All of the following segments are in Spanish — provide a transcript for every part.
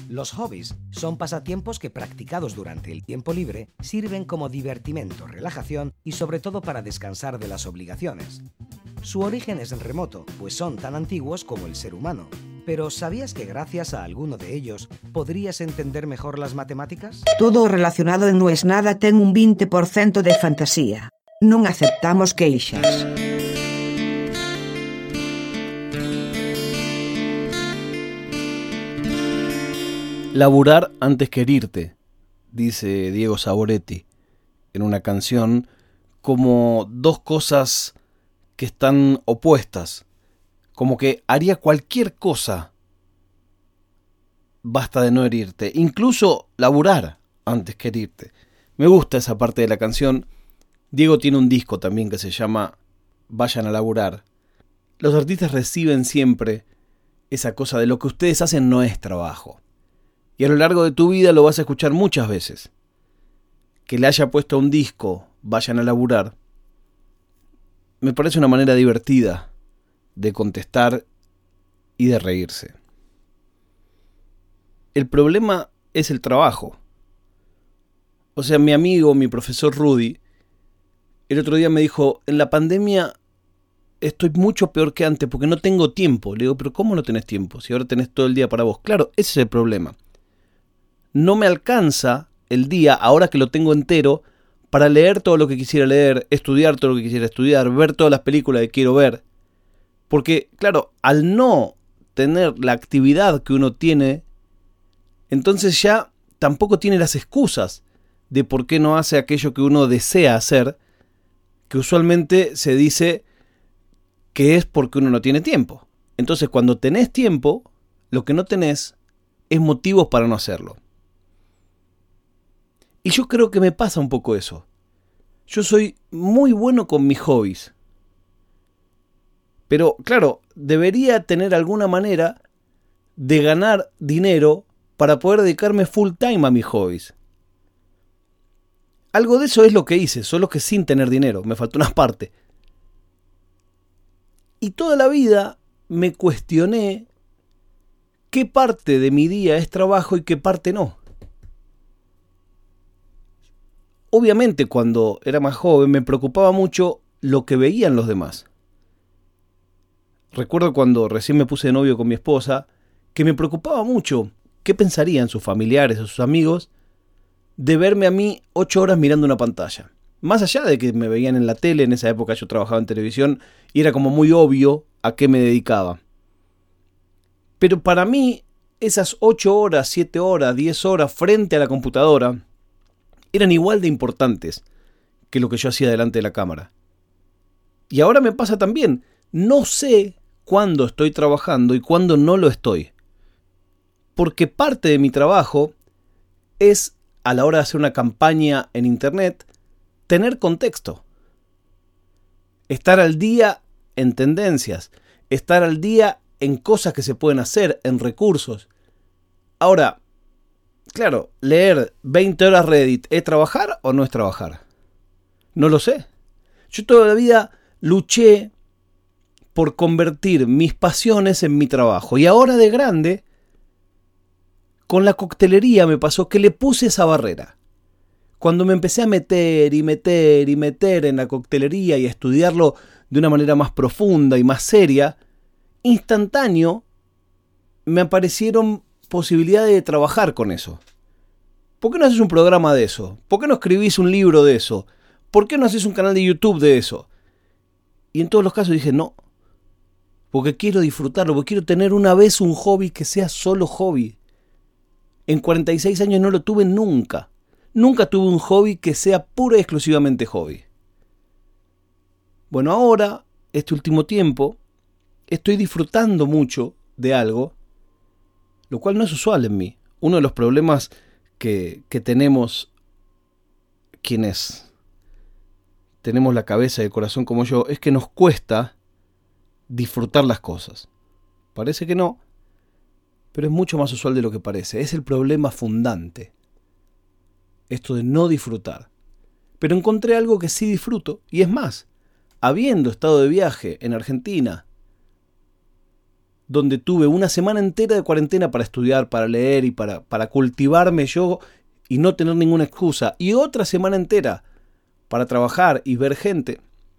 Los hobbies son pasatiempos que, practicados durante el tiempo libre, sirven como divertimento, relajación y sobre todo para descansar de las obligaciones. Su origen es remoto, pues son tan antiguos como el ser humano. Pero ¿sabías que gracias a alguno de ellos podrías entender mejor las matemáticas? Todo o relacionado en Non es nada ten un 20% de fantasía. Non aceptamos queixas. Laburar antes que herirte, dice Diego Saboretti en una canción, como dos cosas que están opuestas, como que haría cualquier cosa, basta de no herirte, incluso laburar antes que herirte. Me gusta esa parte de la canción. Diego tiene un disco también que se llama Vayan a laburar. Los artistas reciben siempre esa cosa de lo que ustedes hacen no es trabajo. Y a lo largo de tu vida lo vas a escuchar muchas veces. Que le haya puesto un disco, Vayan a laburar, me parece una manera divertida de contestar y de reírse. El problema es el trabajo. O sea, mi amigo, mi profesor Rudy, el otro día me dijo, en la pandemia estoy mucho peor que antes porque no tengo tiempo. Le digo, pero ¿cómo no tenés tiempo si ahora tenés todo el día para vos? Claro, ese es el problema. No me alcanza el día, ahora que lo tengo entero, para leer todo lo que quisiera leer, estudiar todo lo que quisiera estudiar, ver todas las películas que quiero ver. Porque, claro, al no tener la actividad que uno tiene, entonces ya tampoco tiene las excusas de por qué no hace aquello que uno desea hacer, que usualmente se dice que es porque uno no tiene tiempo. Entonces, cuando tenés tiempo, lo que no tenés es motivos para no hacerlo. Y yo creo que me pasa un poco eso. Yo soy muy bueno con mis hobbies. Pero, claro, debería tener alguna manera de ganar dinero para poder dedicarme full time a mis hobbies. Algo de eso es lo que hice, solo que sin tener dinero. Me faltó una parte. Y toda la vida me cuestioné qué parte de mi día es trabajo y qué parte no. Obviamente cuando era más joven me preocupaba mucho lo que veían los demás. Recuerdo cuando recién me puse de novio con mi esposa, que me preocupaba mucho qué pensarían sus familiares o sus amigos de verme a mí 8 horas mirando una pantalla. Más allá de que me veían en la tele, en esa época yo trabajaba en televisión y era como muy obvio a qué me dedicaba. Pero para mí esas 8 horas, 7 horas, 10 horas frente a la computadora eran igual de importantes que lo que yo hacía delante de la cámara. Y ahora me pasa también. No sé cuándo estoy trabajando y cuándo no lo estoy. Porque parte de mi trabajo es, a la hora de hacer una campaña en internet, tener contexto. Estar al día en tendencias. Estar al día en cosas que se pueden hacer, en recursos. Ahora, claro, leer 20 horas Reddit, ¿es trabajar o no es trabajar? No lo sé. Yo toda la vida luché por convertir mis pasiones en mi trabajo. Y ahora de grande, con la coctelería me pasó que le puse esa barrera. Cuando me empecé a meter en la coctelería y a estudiarlo de una manera más profunda y más seria, instantáneo me aparecieron posibilidades de trabajar con eso. ¿Por qué no haces un programa de eso? ¿Por qué no escribís un libro de eso? ¿Por qué no haces un canal de YouTube de eso? Y en todos los casos dije no, porque quiero disfrutarlo, porque quiero tener una vez un hobby que sea solo hobby. En 46 años no lo tuve nunca. Nunca tuve un hobby que sea pura y exclusivamente hobby. Bueno, ahora, este último tiempo, estoy disfrutando mucho de algo, lo cual no es usual en mí. Uno de los problemas que tenemos quienes tenemos la cabeza y el corazón como yo es que nos cuesta disfrutar las cosas. Parece que no, pero es mucho más usual de lo que parece. Es el problema fundante, esto de no disfrutar. Pero encontré algo que sí disfruto, y es más, habiendo estado de viaje en Argentina donde tuve una semana entera de cuarentena para estudiar, para leer y para cultivarme yo y no tener ninguna excusa, y otra semana entera para trabajar y ver gente,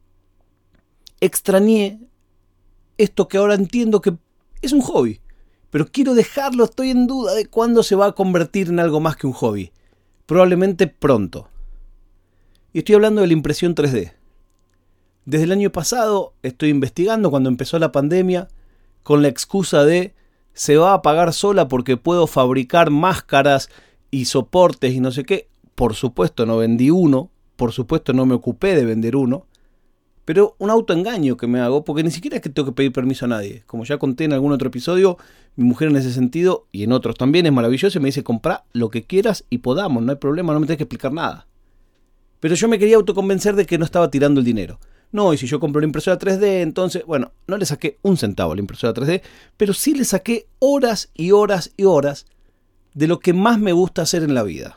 extrañé esto que ahora entiendo que es un hobby, pero quiero dejarlo, estoy en duda de cuándo se va a convertir en algo más que un hobby. Probablemente pronto. Y estoy hablando de la impresión 3D. Desde el año pasado estoy investigando, cuando empezó la pandemia, con la excusa de se va a pagar sola porque puedo fabricar máscaras y soportes y no sé qué. Por supuesto no vendí uno, por supuesto no me ocupé de vender uno, pero un autoengaño que me hago, porque ni siquiera es que tengo que pedir permiso a nadie. Como ya conté en algún otro episodio, mi mujer en ese sentido, y en otros también, es maravillosa, y me dice, comprá lo que quieras y podamos, no hay problema, no me tenés que explicar nada. Pero yo me quería autoconvencer de que no estaba tirando el dinero. No, y si yo compro la impresora 3D, entonces, bueno, no le saqué un centavo a la impresora 3D, pero sí le saqué horas y horas y horas de lo que más me gusta hacer en la vida.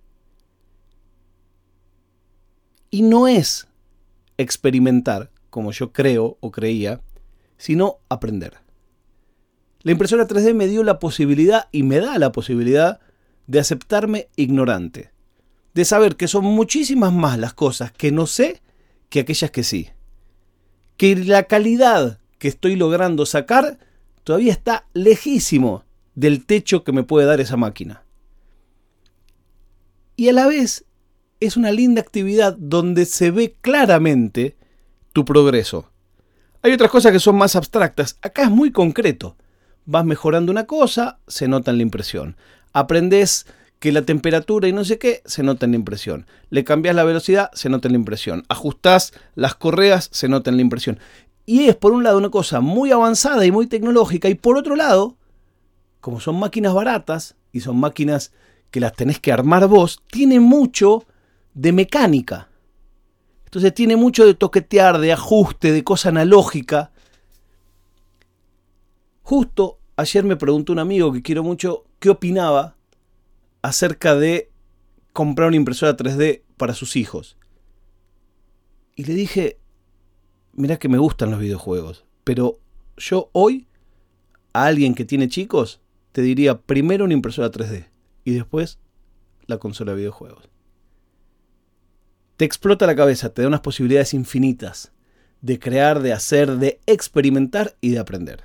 Y no es experimentar, como yo creo o creía, sino aprender. La impresora 3D me dio la posibilidad y me da la posibilidad de aceptarme ignorante, de saber que son muchísimas más las cosas que no sé que aquellas que sí, que la calidad que estoy logrando sacar todavía está lejísimo del techo que me puede dar esa máquina. Y a la vez es una linda actividad donde se ve claramente tu progreso. Hay otras cosas que son más abstractas. Acá es muy concreto. Vas mejorando una cosa, se nota en la impresión. Aprendés que la temperatura y no sé qué, se nota en la impresión. Le cambiás la velocidad, se nota en la impresión. Ajustás las correas, se nota en la impresión. Y es por un lado una cosa muy avanzada y muy tecnológica, y por otro lado, como son máquinas baratas y son máquinas que las tenés que armar vos, tiene mucho de mecánica. Entonces tiene mucho de toquetear, de ajuste, de cosa analógica. Justo ayer me preguntó un amigo que quiero mucho qué opinaba acerca de comprar una impresora 3D para sus hijos. Y le dije, mirá que me gustan los videojuegos, pero yo hoy, a alguien que tiene chicos, te diría primero una impresora 3D y después la consola de videojuegos. Te explota la cabeza, te da unas posibilidades infinitas de crear, de hacer, de experimentar y de aprender.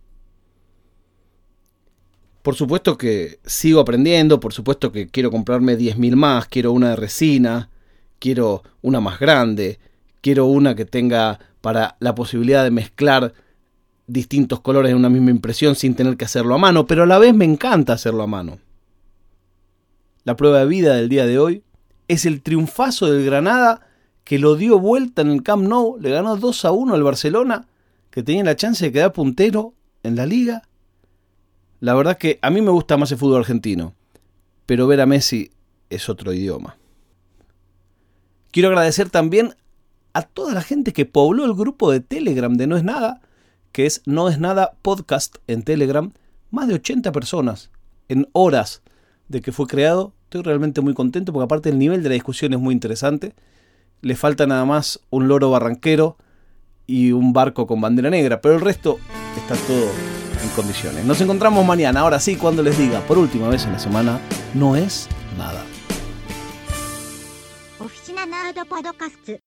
Por supuesto que sigo aprendiendo, por supuesto que quiero comprarme 10.000 más, quiero una de resina, quiero una más grande, quiero una que tenga para la posibilidad de mezclar distintos colores en una misma impresión sin tener que hacerlo a mano, pero a la vez me encanta hacerlo a mano. La prueba de vida del día de hoy es el triunfazo del Granada, que lo dio vuelta en el Camp Nou, le ganó 2-1 al Barcelona, que tenía la chance de quedar puntero en la liga. La verdad que a mí me gusta más el fútbol argentino, pero ver a Messi es otro idioma. Quiero agradecer también a toda la gente que pobló el grupo de Telegram de No Es Nada, que es No Es Nada Podcast en Telegram. Más de 80 personas en horas de que fue creado. Estoy realmente muy contento porque aparte el nivel de la discusión es muy interesante. Le falta nada más un loro barranquero y un barco con bandera negra, pero el resto está todo en condiciones. Nos encontramos mañana, ahora sí, cuando les diga por última vez en la semana, no es nada. Oficina Nerd Podcast